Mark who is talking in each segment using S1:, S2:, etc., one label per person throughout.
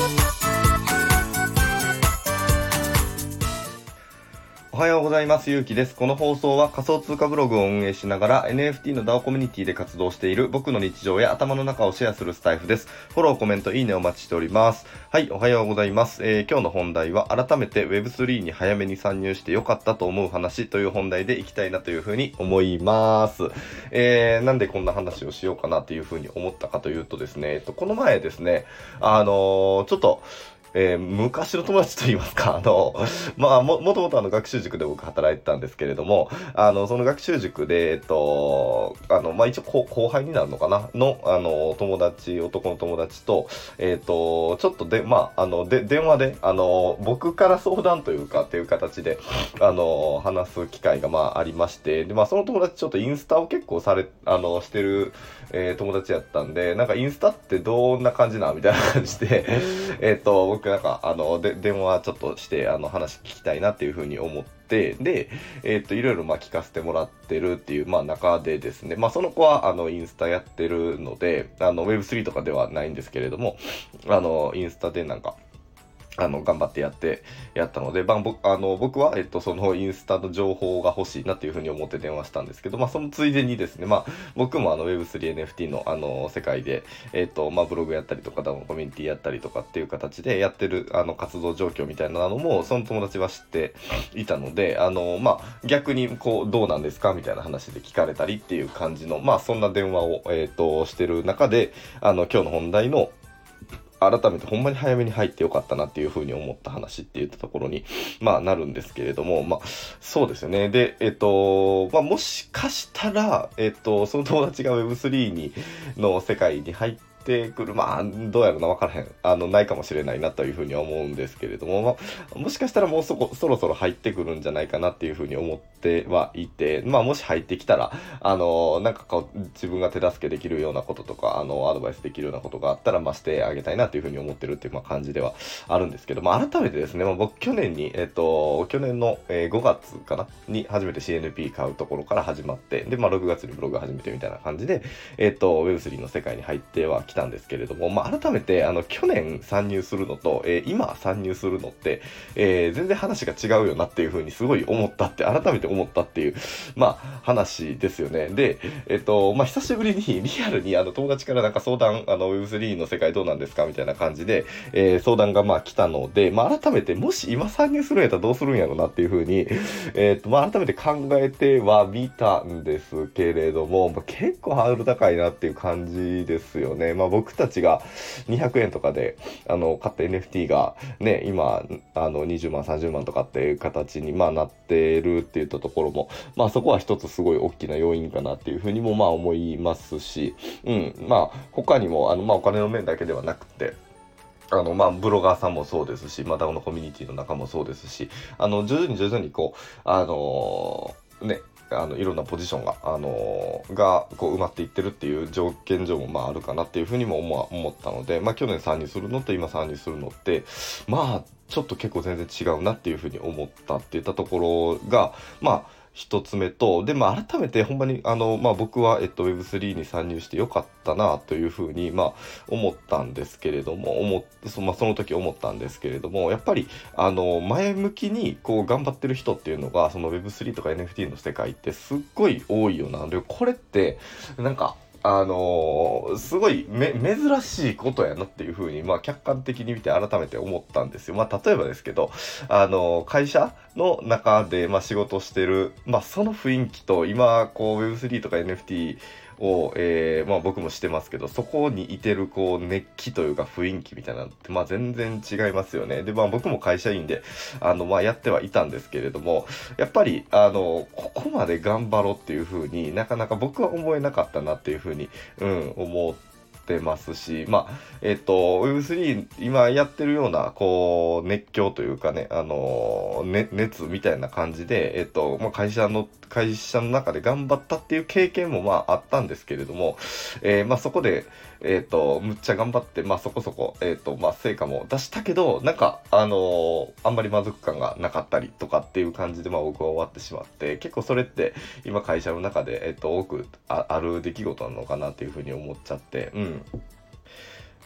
S1: おはようございます。ゆうきです。この放送は仮想通貨ブログを運営しながら NFT の DAO コミュニティで活動している僕の日常や頭の中をシェアするスタイフです。フォロー、コメント、いいねお待ちしております。はい、おはようございます。今日の本題は改めて Web3 に早めに参入してよかったと思う話という本題でいきたいなというふうに思います。なんでこんな話をしようかなというふうに思ったかというとですね、この前ですね、ちょっと昔の友達と言いますか、もともと学習塾で僕働いてたんですけれども、その学習塾で、一応後輩になるのかなの、男の友達と、ちょっと電話で、僕から相談というか、っていう形で、話す機会が、ありまして、で、その友達ちょっとインスタを結構してる、友達やったんで、なんかインスタってどんな感じなみたいな感じで、僕なんか、電話ちょっとして、話聞きたいなっていうふうに思って、で、いろいろ聞かせてもらってるっていう、中でですね、その子は、インスタやってるので、Web3 とかではないんですけれども、インスタでなんか、頑張ってやったので、僕は、そのインスタの情報が欲しいなっていうふうに思って電話したんですけど、そのついでにですね、僕もWeb3NFT の、世界で、ブログやったりとか、コミュニティやったりとかっていう形でやってる、活動状況みたいなのも、その友達は知っていたので、逆に、どうなんですかみたいな話で聞かれたりっていう感じの、そんな電話を、してる中で、今日の本題の、改めてほんまに早めに入ってよかったなっていうふうに思った話って言ったところに、なるんですけれども、そうですよね。で、もしかしたら、その友達が Web3 の世界に入ってくる、どうやろな、わからへん。ないかもしれないなというふうには思うんですけれども、もしかしたらもうそろそろ入ってくるんじゃないかなっていうふうに思ってはいて、もし入ってきたら、なんか自分が手助けできるようなこととか、アドバイスできるようなことがあったら、してあげたいなというふうに思ってるっていう、感じではあるんですけど、改めてですね、僕去年の、5月かなに初めて CNP 買うところから始まって、で、6月にブログ始めてみたいな感じで、Web3 の世界に入ってはきたんですけれども、改めて、去年参入するのと、今参入するのって、全然話が違うよなっていうふうにすごい改めて思ったっていう、話ですよね。で、久しぶりにリアルに友達からなんか相談、Web3 の世界どうなんですかみたいな感じで、相談が来たので、改めてもし今参入するんやったらどうするんやろうなっていうふうに、改めて考えてはみたんですけれども、結構ハードル高いなっていう感じですよね。僕たちが200円とかで、買った NFT がね、今、20万、30万とかっていう形に、なってるって言ったところも、そこは一つすごい大きな要因かなっていうふうにも、思いますし、他にも、お金の面だけではなくて、ブロガーさんもそうですし、DAO のコミュニティの中もそうですし、徐々にいろんなポジションが、埋まっていってるっていう条件上も、あるかなっていうふうにも思ったので、去年参入するのと今参入するのって、ちょっと結構全然違うなっていうふうに思ったっていったところが、一つ目と、で、改めてほんまに、僕は、Web3 に参入してよかったなというふうに、思ったんですけれども、その時思ったんですけれども、やっぱり、前向きに、頑張ってる人っていうのが、その Web3 とか NFT の世界ってすっごい多いよな。で、これって、なんか、すごい珍しいことやなっていうふうに、客観的に見て改めて思ったんですよ。例えばですけど、会社の中で、仕事してる、その雰囲気と、今、Web3 とか NFT を、僕もしてますけど、そこにいてる、熱気というか雰囲気みたいなのって、全然違いますよね。で、僕も会社員で、やってはいたんですけれども、やっぱり、ここまで頑張ろうっていう風になかなか僕は思えなかったなっていう風に、思ってますし、Web3 今やってるような、熱狂というかね、熱みたいな感じで、会社の中で頑張ったっていう経験もあったんですけれども、そこで、むっちゃ頑張って、そこそこ、成果も出したけど、なんか、あんまり満足感がなかったりとかっていう感じで、僕は終わってしまって、結構それって、今会社の中で、多くある出来事なのかなっていうふうに思っちゃって、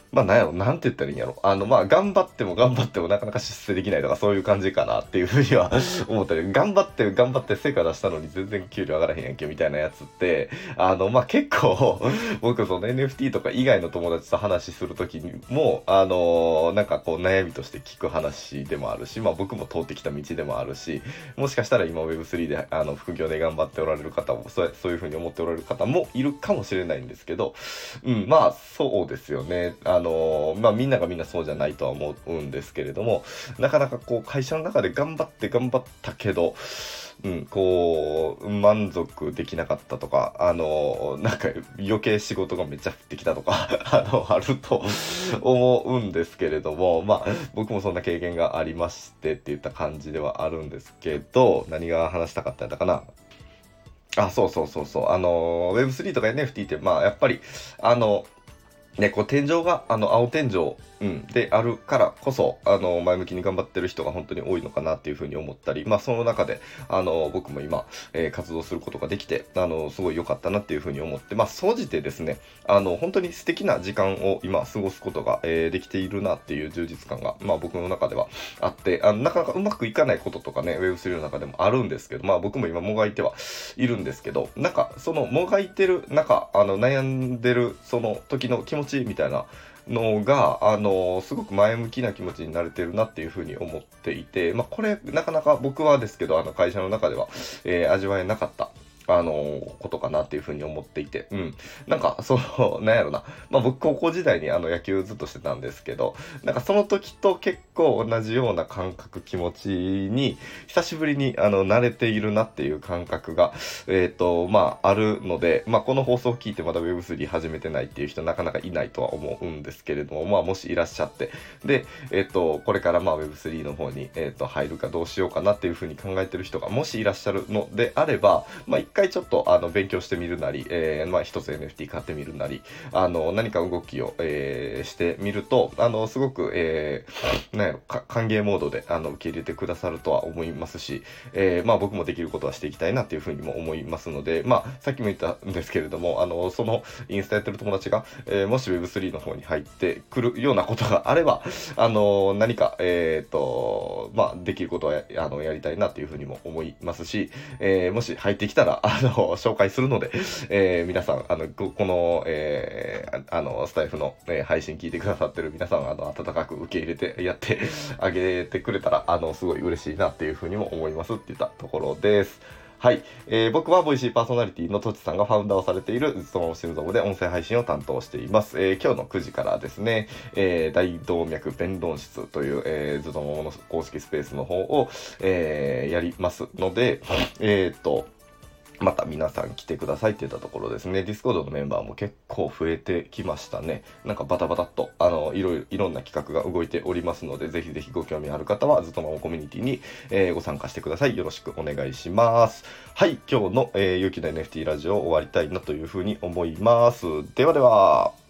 S1: まあなんやろ、なんて言ったらいいんやろ。まあ頑張っても頑張ってもなかなか出世できないとかそういう感じかなっていうふうには思ったり、頑張って頑張って成果出したのに全然給料上がらへんやんけみたいなやつって、まあ結構僕その NFT とか以外の友達と話するときにも、なんかこう悩みとして聞く話でもあるし、まあ僕も通ってきた道でもあるし、もしかしたら今 Web3 で副業で頑張っておられる方もそういうふうに思っておられる方もいるかもしれないんですけど、まあそうですよね。まあみんながみんなそうじゃないとは思うんですけれども、なかなかこう会社の中で頑張ったけど、こう満足できなかったとか、なんか余計仕事がめっちゃ降ってきたとかあると思うんですけれども、まあ僕もそんな経験がありましてっていった感じではあるんですけど、何が話したかったんだかな。そう。Web3 とか NFT って、まあ、やっぱり、あの、ね、こう天井が青天井、であるからこそ前向きに頑張ってる人が本当に多いのかなっていうふうに思ったり、まあその中で僕も今、活動することができてすごい良かったなっていうふうに思って、まあ総じてですね本当に素敵な時間を今過ごすことが、できているなっていう充実感がまあ僕の中ではあって、なかなかうまくいかないこととかね Web3 の中でもあるんですけど、まあ僕も今もがいてはいるんですけど、なんかそのもがいてる中悩んでるその時の気持ちみたいなのがすごく前向きな気持ちになれてるなっていうふうに思っていて、まあこれなかなか僕はですけど会社の中では、味わえなかったことかなっていうふうに思っていて、なんか、なんやろな。まあ僕高校時代に野球ずっとしてたんですけど、なんかその時と結構同じような感覚、気持ちに、久しぶりに慣れているなっていう感覚が、まああるので、まあこの放送を聞いてまだ Web3 始めてないっていう人なかなかいないとは思うんですけれども、まあもしいらっしゃって、で、これからまあ Web3 の方に、入るかどうしようかなっていうふうに考えてる人がもしいらっしゃるのであれば、まあ一回ちょっと勉強してみるなり、まあ一つ NFT 買ってみるなり、何か動きを、してみると、すごく、なんやろ、歓迎モードで受け入れてくださるとは思いますし、まあ僕もできることはしていきたいなっていうふうにも思いますので、まあさっきも言ったんですけれども、そのインスタやってる友達が、もし Web3 の方に入ってくるようなことがあれば、何か、まあできることはやりたいなっていうふうにも思いますし、もし入ってきたら、紹介するので、皆さん、この、スタイフの、配信聞いてくださってる皆さん、温かく受け入れてやってあげてくれたら、すごい嬉しいなっていうふうにも思いますって言ったところです。はい、僕はボイシーパーソナリティのとちさんがファウンダーをされているずっともしんぞむで音声配信を担当しています。今日の9時からですね、大動脈弁論室という、ずっともの公式スペースの方を、やりますので、また皆さん来てくださいって言ったところですね。ディスコードのメンバーも結構増えてきましたね。なんかバタバタっと、いろんな企画が動いておりますので、ぜひぜひご興味ある方は、ずっとまもコミュニティに、ご参加してください。よろしくお願いします。はい、今日の、勇気の NFT ラジオを終わりたいなというふうに思います。ではでは。